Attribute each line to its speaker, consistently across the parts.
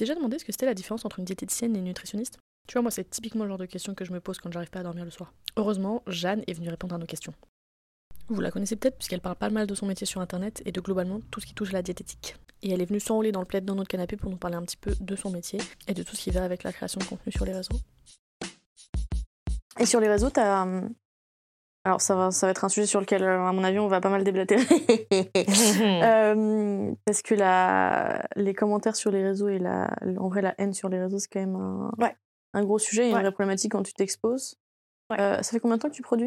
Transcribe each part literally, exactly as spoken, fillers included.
Speaker 1: déjà demandé ce que c'était la différence entre une diététicienne et une nutritionniste? Tu vois, moi, c'est typiquement le genre de questions que je me pose quand j'arrive pas à dormir le soir. Heureusement, Jeanne est venue répondre à nos questions. Vous la connaissez peut-être puisqu'elle parle pas mal de son métier sur internet et de globalement tout ce qui touche à la diététique. Et elle est venue s'enrouler dans le plaid dans notre canapé pour nous parler un petit peu de son métier et de tout ce qui va avec la création de contenu sur les réseaux.
Speaker 2: Et sur les réseaux, t'as... Alors ça va, ça va être un sujet sur lequel, à mon avis, on va pas mal déblatérer. euh, parce que la... les commentaires sur les réseaux et la... en vrai la haine sur les réseaux, c'est quand même un,
Speaker 3: ouais.
Speaker 2: un gros sujet et
Speaker 3: ouais.
Speaker 2: une vraie problématique quand tu t'exposes. Ouais. Euh, ça fait combien de temps que tu produis ?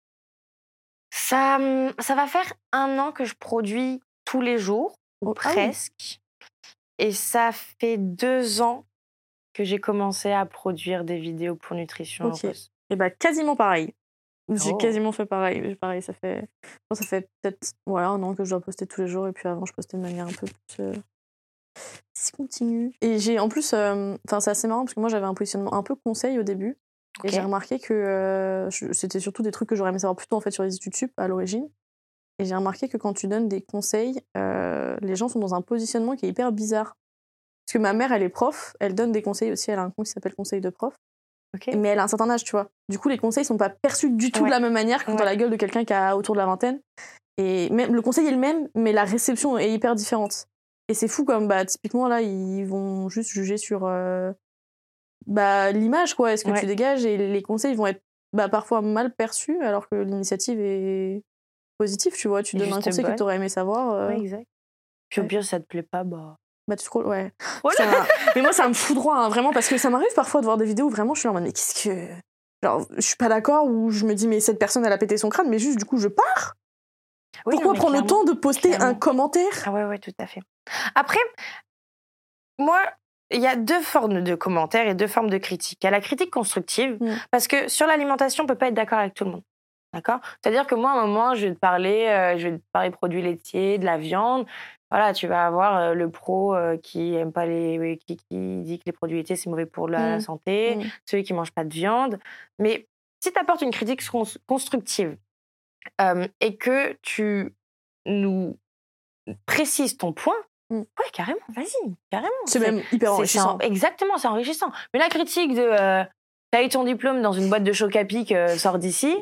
Speaker 3: ça, ça va faire un an que je produis tous les jours, ou oh, presque. Ah oui. Et ça fait deux ans que j'ai commencé à produire des vidéos pour Nutrition
Speaker 2: Ok. Et bah quasiment pareil. J'ai oh. quasiment fait pareil. Pareil, ça fait, ça fait peut-être voilà, un an que je dois poster tous les jours et puis avant je postais de manière un peu plus euh, discontinue. Et j'ai en plus, enfin euh, c'est assez marrant parce que moi j'avais un positionnement un peu conseil au début okay. et j'ai remarqué que euh, je, c'était surtout des trucs que j'aurais aimé savoir plus tôt en fait sur les études sup à l'origine. Et j'ai remarqué que quand tu donnes des conseils, euh, les gens sont dans un positionnement qui est hyper bizarre. Parce que ma mère elle est prof, elle donne des conseils aussi, elle a un compte qui s'appelle Conseil de prof. Okay. Mais elle a un certain âge, tu vois. Du coup, les conseils sont pas perçus du tout ouais. de la même manière que ouais. dans la gueule de quelqu'un qui a autour de la vingtaine. Et même le conseil est le même, mais la réception est hyper différente. Et c'est fou comme, bah, typiquement, là, ils vont juste juger sur euh, bah, l'image, quoi. Est-ce que ouais. tu dégages? Et les conseils vont être bah, parfois mal perçus, alors que l'initiative est positive, tu vois. Tu donnes un conseil bonne. que tu aurais aimé savoir. Euh...
Speaker 3: Ouais, exact. Puis au pire, ça te plaît pas, bah...
Speaker 2: Bah, tu scrolles, ouais. Voilà. Ça, mais moi, ça me foudroie, hein, vraiment, parce que ça m'arrive parfois de voir des vidéos où vraiment je suis là en mode, mais qu'est-ce que. Genre, je suis pas d'accord, ou je me dis, mais cette personne, elle a pété son crâne, mais juste, du coup, je pars. Oui, Pourquoi non, prendre le temps de poster clairement. un commentaire?
Speaker 3: Ah, ouais, ouais, tout à fait. Après, moi, il y a deux formes de commentaires et deux formes de critiques. Il y a la critique constructive, mm. parce que sur l'alimentation, on peut pas être d'accord avec tout le monde. D'accord ? C'est-à-dire que moi, à un moment, je vais te parler, euh, je vais te parler de produits laitiers, de la viande. Voilà, tu vas avoir euh, le pro euh, qui aime pas les, qui, qui dit que les produits laitiers c'est mauvais pour la mmh. santé, mmh. celui qui mange pas de viande. Mais si tu apportes une critique constructive euh, et que tu nous précises ton point, mmh. ouais, carrément, vas-y, carrément.
Speaker 2: C'est, c'est même hyper enrichissant.
Speaker 3: C'est, exactement, c'est enrichissant. Mais la critique de euh, t'as eu ton diplôme dans une boîte de choc à pic, euh, sors d'ici.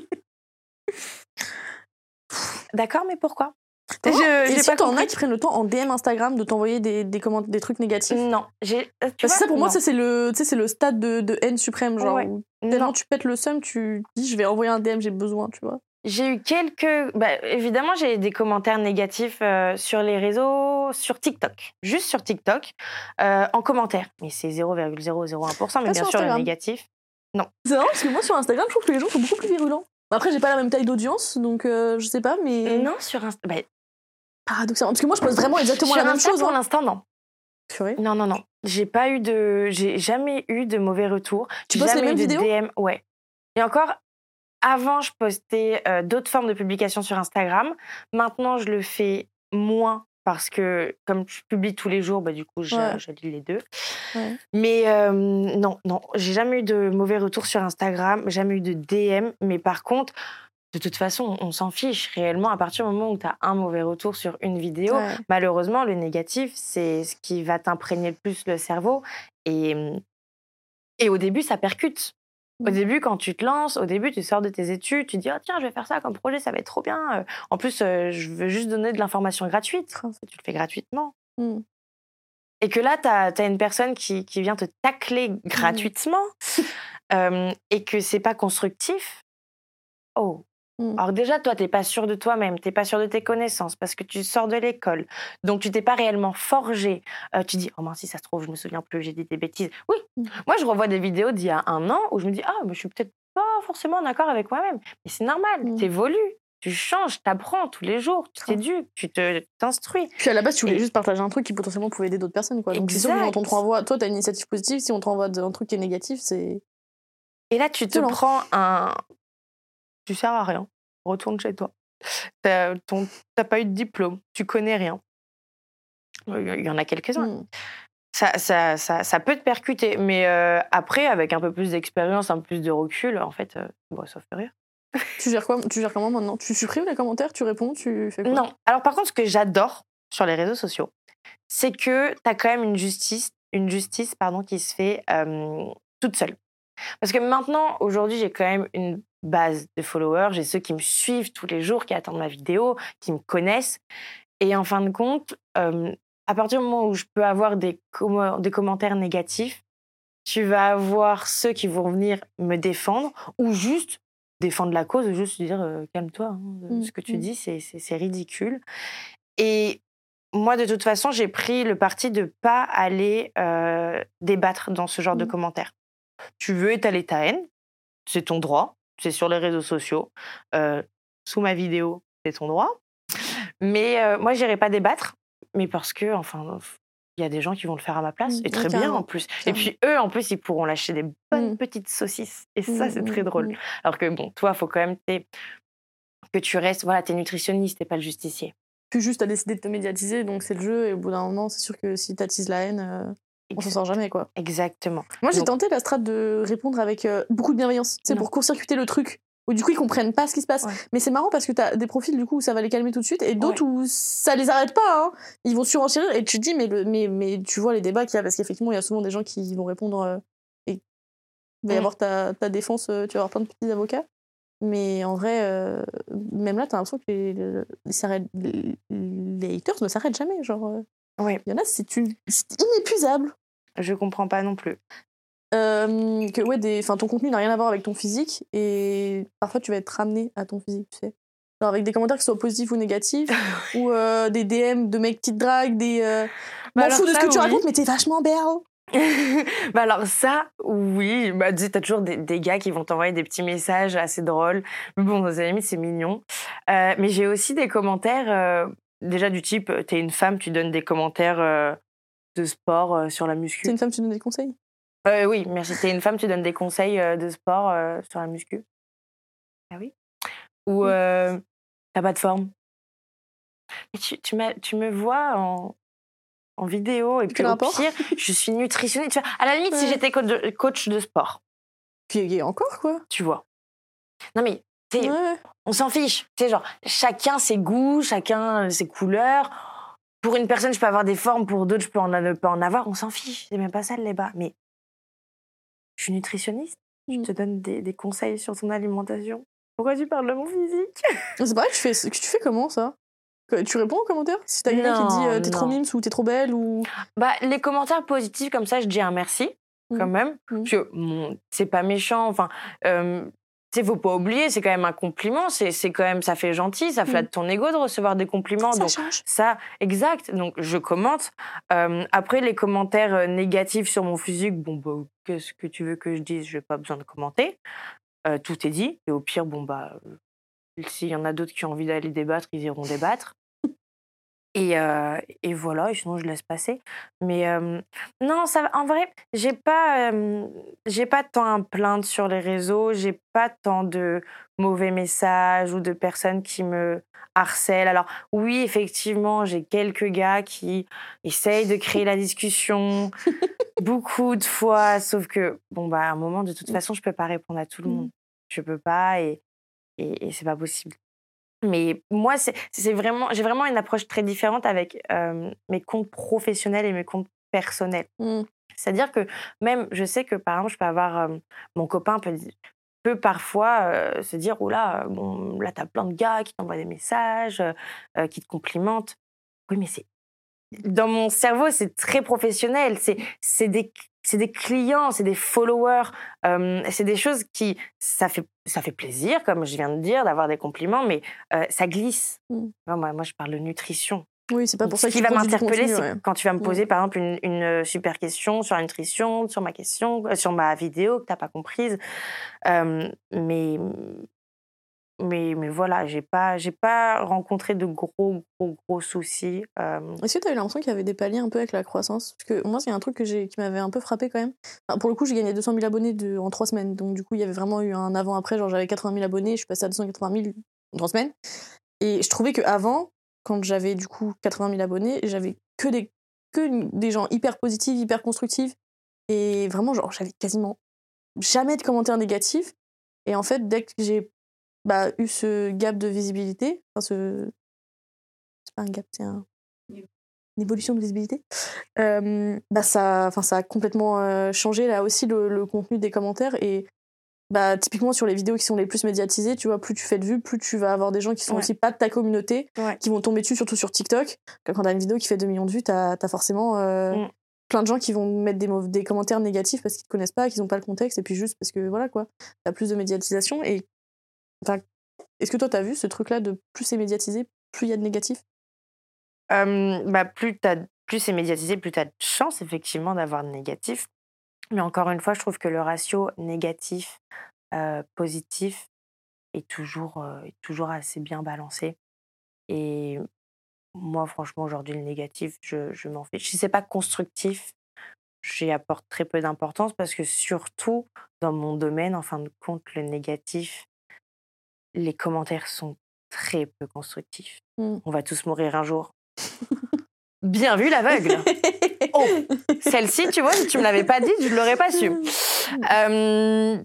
Speaker 3: D'accord, mais pourquoi?
Speaker 2: Je, et j'ai si pas t'en as qui prennent le temps en D M Instagram de t'envoyer des, des, commentaires, des trucs négatifs?
Speaker 3: Non. J'ai,
Speaker 2: tu vois, ça pour non. moi, ça, c'est, le, c'est le stade de, de haine suprême. Genre, ouais. où tellement non. tu pètes le seum, tu dis je vais envoyer un D M, j'ai besoin, tu vois.
Speaker 3: J'ai eu quelques... Bah, évidemment, j'ai des commentaires négatifs euh, sur les réseaux, sur TikTok. Juste sur TikTok, euh, en commentaire. Mais c'est zéro virgule zéro zéro un pour cent, mais pas bien sûr, le négatif. Non.
Speaker 2: C'est marrant, parce que moi, sur Instagram, je trouve que les gens sont beaucoup plus virulents. Après, j'ai pas la même taille d'audience, donc euh, je sais pas, mais...
Speaker 3: Non, sur Instagram... Bah,
Speaker 2: paradoxalement, parce que moi je pose vraiment exactement
Speaker 3: sur
Speaker 2: la même
Speaker 3: Insta,
Speaker 2: chose.
Speaker 3: Pour
Speaker 2: hein.
Speaker 3: l'instant, non.
Speaker 2: Purée.
Speaker 3: Non, non, non. J'ai pas eu de, j'ai jamais eu de mauvais retours.
Speaker 2: Tu postes les mêmes vidéos?
Speaker 3: D M, ouais. Et encore, avant, je postais euh, d'autres formes de publications sur Instagram. Maintenant, je le fais moins parce que comme je publie tous les jours, bah du coup, ouais. j'allie les deux. Ouais. Mais euh, non, non, j'ai jamais eu de mauvais retours sur Instagram, jamais eu de D M. Mais par contre. De toute façon, on s'en fiche réellement à partir du moment où tu as un mauvais retour sur une vidéo. Ouais. Malheureusement, le négatif, c'est ce qui va t'imprégner le plus le cerveau. Et, et au début, ça percute. Mmh. Au début, quand tu te lances, au début, tu sors de tes études, tu te dis oh, « tiens, je vais faire ça comme projet, ça va être trop bien. En plus, euh, je veux juste donner de l'information gratuite. » Tu le fais gratuitement. Mmh. Et que là, tu as une personne qui, qui vient te tacler gratuitement mmh. euh, et que c'est pas constructif. Oh. Mmh. Alors déjà, toi, t'es pas sûr de toi-même, t'es pas sûr de tes connaissances parce que tu sors de l'école, donc tu t'es pas réellement forgé. Euh, tu dis, oh mince, si ça se trouve, je me souviens plus, j'ai dit des bêtises. Oui, mmh. moi, je revois des vidéos d'il y a un an où je me dis, ah, mais je suis peut-être pas forcément en accord avec moi-même. Mais c'est normal, mmh. t'évolues, tu changes, t'apprends tous les jours, tu t'éduques, tu te, t'instruis.
Speaker 2: Puis à la base, tu voulais Et... juste partager un truc qui potentiellement pouvait aider d'autres personnes, quoi. Donc c'est sûr que quand on te renvoie, toi, t'as une initiative positive, si on te renvoie un truc qui est négatif, c'est.
Speaker 3: Et là, tu te
Speaker 2: violent.
Speaker 3: prends un. Tu sers à rien. Retourne chez toi. T'as, ton, t'as pas eu de diplôme, tu connais rien. Il y en a quelques-uns. Mm. Ça, ça, ça, ça peut te percuter, mais euh, après, avec un peu plus d'expérience, un peu plus de recul, en fait, euh, bon, ça fait rire.
Speaker 2: Tu gères quoi? Tu gères comment maintenant? Tu supprimes les commentaires? Tu réponds? Tu fais quoi?
Speaker 3: Non. Alors par contre, ce que j'adore sur les réseaux sociaux, c'est que t'as quand même une justice, une justice pardon, qui se fait euh, toute seule. Parce que maintenant, aujourd'hui, j'ai quand même une base de followers. J'ai ceux qui me suivent tous les jours, qui attendent ma vidéo, qui me connaissent. Et en fin de compte, euh, à partir du moment où je peux avoir des, com- des commentaires négatifs, tu vas avoir ceux qui vont venir me défendre ou juste défendre la cause, ou juste dire euh, calme-toi, hein,
Speaker 2: Mmh,
Speaker 3: ce que tu
Speaker 2: mmh.
Speaker 3: dis, c'est, c'est, c'est ridicule. Et moi, de toute façon, j'ai pris le parti de ne pas aller euh, débattre dans ce genre de
Speaker 2: Mmh.
Speaker 3: commentaires. Tu veux étaler ta haine, c'est ton droit, c'est sur les réseaux sociaux. Euh, sous ma vidéo, c'est ton droit. Mais euh, moi, je n'irai pas débattre, mais parce que, enfin, il y a des gens qui vont le faire à ma place,
Speaker 2: Mmh,
Speaker 3: et très
Speaker 2: ouais,
Speaker 3: bien
Speaker 2: carrément,
Speaker 3: en plus. Et
Speaker 2: carrément.
Speaker 3: puis eux, en plus, ils pourront lâcher des bonnes
Speaker 2: Mmh.
Speaker 3: petites saucisses. Et ça,
Speaker 2: Mmh,
Speaker 3: c'est très
Speaker 2: mmh,
Speaker 3: drôle.
Speaker 2: mmh.
Speaker 3: Alors que bon, toi, il faut quand même t'es- que tu restes, voilà, t'es nutritionniste, t'es pas le justicier.
Speaker 2: Puis juste, t'as décidé de te médiatiser, donc c'est le jeu, et au bout d'un moment, c'est sûr que si t'attises la haine, euh, on s'en
Speaker 3: Ex-
Speaker 2: sort jamais, quoi.
Speaker 3: Exactement.
Speaker 2: Moi, j'ai
Speaker 3: Donc,
Speaker 2: tenté la strat de répondre avec euh, beaucoup de bienveillance, c'est
Speaker 3: Non.
Speaker 2: pour court-circuiter le truc. Où du coup, ils comprennent pas ce qui se passe.
Speaker 3: Ouais.
Speaker 2: Mais c'est marrant parce que t'as des profils du coup où ça va les calmer tout de suite et d'autres où ça les arrête pas. Hein. Ils vont surenchérir et tu te dis, mais, le, mais, mais tu vois les débats qu'il y a, parce qu'effectivement, il y a souvent des gens qui vont répondre euh, et il va y
Speaker 3: Mm.
Speaker 2: avoir ta, ta défense, euh, tu vas avoir plein de petits avocats. Mais en vrai, euh, même là, t'as l'impression que les, les, s'arrêtent- les, les haters ne s'arrêtent jamais. Genre, euh,
Speaker 3: Oui,
Speaker 2: il y en a, c'est, une, c'est inépuisable.
Speaker 3: je comprends pas non plus.
Speaker 2: Euh, que ouais, des, ton contenu n'a rien à voir avec ton physique et parfois tu vas être ramené à ton physique, tu sais. Genre avec des commentaires qui soient positifs ou négatifs, ou euh, des D M de mecs qui te draguent, des. Euh,
Speaker 3: Bah
Speaker 2: m'en fous
Speaker 3: alors
Speaker 2: de ce
Speaker 3: ça,
Speaker 2: que tu
Speaker 3: oui.
Speaker 2: racontes, mais t'es vachement belle.
Speaker 3: Bah alors ça, oui. Bah, tu sais, t'as toujours des, des gars qui vont t'envoyer des petits messages assez drôles. Mais bon, à la limite, c'est mignon. Euh, mais j'ai aussi des commentaires, euh, déjà du type, euh, t'es une femme, tu donnes des commentaires euh, de sport euh, sur la muscu.
Speaker 2: T'es une femme, tu donnes des conseils.
Speaker 3: Euh, oui, merci. T'es une femme, tu donnes des conseils euh, de sport euh, sur la muscu. Ah oui. Ou
Speaker 2: Oui.
Speaker 3: euh, t'as pas de forme. Mais tu, tu, m'as- tu me vois en, en vidéo et puis
Speaker 2: Quel
Speaker 3: au
Speaker 2: rapport
Speaker 3: pire, je suis nutritionniste. Tu vois, à la limite, si
Speaker 2: Ouais.
Speaker 3: j'étais coach de, coach de sport,
Speaker 2: Puis encore quoi.
Speaker 3: tu vois. Non mais, tu sais,
Speaker 2: Ouais.
Speaker 3: on s'en fiche. Tu sais, genre, chacun ses goûts, chacun ses couleurs. Pour une personne, je peux avoir des formes, pour d'autres, je peux en, ne pas en avoir. On s'en fiche. C'est même pas ça le débat. Mais je suis nutritionniste. Je
Speaker 2: Mm.
Speaker 3: te donne des, des conseils sur ton alimentation. Pourquoi tu parles de mon physique?
Speaker 2: C'est pareil, tu fais, tu fais comment ça? Que- Tu réponds aux commentaires? Si t'as quelqu'un qui te dit
Speaker 3: Non,
Speaker 2: euh, t'es trop
Speaker 3: non.
Speaker 2: mimes ou t'es trop belle ou.
Speaker 3: Bah, les commentaires positifs comme ça, je dis un merci,
Speaker 2: Mm.
Speaker 3: quand même.
Speaker 2: Mm.
Speaker 3: Parce que bon, c'est pas méchant. Enfin, euh, tu sais, faut pas oublier, c'est quand même un compliment. C'est, c'est quand même, ça fait gentil, ça flatte ton ego de recevoir des compliments.
Speaker 2: Ça
Speaker 3: donc,
Speaker 2: change.
Speaker 3: ça, exact. Donc, je commente. Euh, après, les commentaires euh, négatifs sur mon physique, bon, bah, qu'est-ce que tu veux que je dise? Je n'ai pas besoin de commenter. Euh, tout est dit. Et au pire, bon, bah, euh, s'il y en a d'autres qui ont envie d'aller débattre, ils iront débattre. Et, euh, et voilà, et sinon je laisse passer. Mais euh, non, ça, en vrai, j'ai pas, euh, j'ai pas tant à me plaindre sur les réseaux, j'ai pas tant de mauvais messages ou de personnes qui me harcèlent. Alors oui, effectivement, j'ai quelques gars qui essayent de créer la discussion beaucoup de fois, sauf que, bon, bah, à un moment, de toute façon, je peux pas répondre à tout le monde. Je peux pas et, et, et c'est pas possible. Mais moi, c'est, c'est vraiment, j'ai vraiment une approche très différente avec euh, mes comptes professionnels et mes comptes personnels.
Speaker 2: Mm.
Speaker 3: C'est-à-dire que même, je sais que par exemple, je peux avoir euh, mon copain peut, peut parfois euh, se dire, oh là, bon, là, t'as plein de gars qui t'envoient des messages, euh, qui te complimentent. Oui, mais c'est dans mon cerveau, c'est très professionnel. C'est, c'est des c'est des clients, c'est des followers, euh, c'est des choses qui, ça fait, ça fait plaisir, comme je viens de dire, d'avoir des compliments, mais euh, ça glisse.
Speaker 2: Mm.
Speaker 3: Non, moi, moi, je parle de nutrition.
Speaker 2: Oui, c'est pas
Speaker 3: Donc,
Speaker 2: pour ça
Speaker 3: ce
Speaker 2: que
Speaker 3: qui
Speaker 2: tu
Speaker 3: va
Speaker 2: produis du
Speaker 3: m'interpeller,
Speaker 2: contenu,
Speaker 3: c'est
Speaker 2: ouais.
Speaker 3: quand tu vas me poser,
Speaker 2: Mm.
Speaker 3: par exemple, une, une super question sur la nutrition, sur ma question, euh, sur ma vidéo que t'as pas comprise. Euh, mais Mais, mais voilà, j'ai pas, j'ai pas rencontré de gros, gros, gros soucis. Euh...
Speaker 2: Est-ce que tu as eu l'impression qu'il y avait des paliers un peu avec la croissance? Parce que moi, c'est un truc que j'ai, qui m'avait un peu frappé quand même. Enfin, pour le coup, j'ai gagné deux cent mille abonnés de, en trois semaines. Donc, du coup, il y avait vraiment eu un avant-après. Genre, j'avais quatre-vingt mille abonnés, je suis passée à deux cent quatre-vingt mille en trois semaines. Et je trouvais qu'avant, quand j'avais du coup quatre-vingt mille abonnés, j'avais que des, que des gens hyper positifs, hyper constructifs. Et vraiment, genre, j'avais quasiment jamais de commentaires négatifs. Et en fait, dès que j'ai bah, eu ce gap de visibilité, enfin, ce. C'est pas un gap, c'est un. une évolution de visibilité, euh, bah ça, ça a complètement euh, changé là aussi le, le contenu des commentaires. Et bah, typiquement sur les vidéos qui sont les plus médiatisées, tu vois, plus tu fais de vues, plus tu vas avoir des gens qui sont ouais. aussi pas de ta communauté, ouais. qui vont tomber dessus, surtout sur TikTok. Quand t'as une vidéo qui fait deux millions de vues, t'as, t'as forcément euh, mm. plein de gens qui vont mettre des, des commentaires négatifs parce qu'ils te connaissent pas, qu'ils ont pas le contexte, et puis juste parce que voilà quoi, t'as plus de médiatisation. Et enfin, est-ce que toi t'as vu ce truc-là de plus c'est médiatisé, plus il y a de négatifs?
Speaker 3: euh, bah, plus, t'as, plus c'est médiatisé, plus t'as de chance effectivement d'avoir de négatifs. Mais encore une fois, je trouve que le ratio négatif, euh, positif est toujours, euh, est toujours assez bien balancé. Et moi, franchement, aujourd'hui, le négatif, je, je m'en fiche. Si c'est pas constructif, j'y apporte très peu d'importance parce que surtout, dans mon domaine, en fin de compte, le négatif, les commentaires sont très peu constructifs. Mm. On va tous mourir un jour. Bien vu l'aveugle. Oh, celle-ci, tu vois, si tu me l'avais pas dit, je l'aurais pas su. Euh...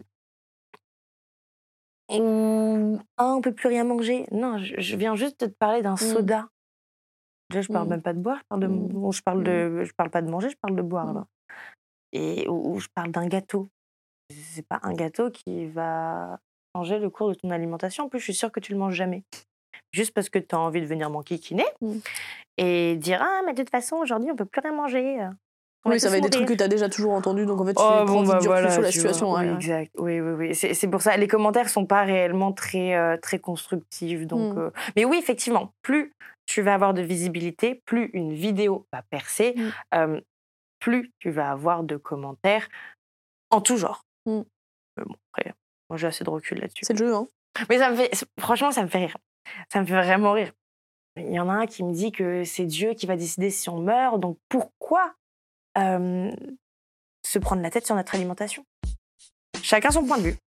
Speaker 3: Ou... Ah, on peut plus rien manger. Non, je, je viens juste de te parler d'un mm. soda. Déjà, je parle mm. même pas de boire. Je parle de, mm. bon, je parle de, je parle pas de manger, je parle de boire. Mm. Là. Et ou, ou je parle d'un gâteau. C'est pas un gâteau qui va changer le cours de ton alimentation. En plus, je suis sûre que tu le manges jamais. Juste parce que tu as envie de venir m'enquiquiner mm. et dire « Ah, mais de toute façon, aujourd'hui, on peut plus rien manger. »
Speaker 2: Oui, ça va être des trucs que tu as déjà toujours entendus, donc en fait, tu
Speaker 3: oh,
Speaker 2: prends
Speaker 3: bon, bah,
Speaker 2: du
Speaker 3: voilà,
Speaker 2: recul sur la situation.
Speaker 3: Oui,
Speaker 2: ouais.
Speaker 3: exact. Oui, oui, oui. C'est, c'est pour ça. Les commentaires sont pas réellement très, euh, très constructifs. Donc, mm. euh... Mais oui, effectivement, plus tu vas avoir de visibilité, plus une vidéo va percer, mm. euh, plus tu vas avoir de commentaires en tout genre. Mm. Mais bon, après, moi, j'ai assez de recul là-dessus.
Speaker 2: C'est le jeu, hein.
Speaker 3: Mais ça me fait... franchement, ça me fait rire. Ça me fait vraiment rire. Il y en a un qui me dit que c'est Dieu qui va décider si on meurt, donc pourquoi euh, se prendre la tête sur notre alimentation ? Chacun son point de vue.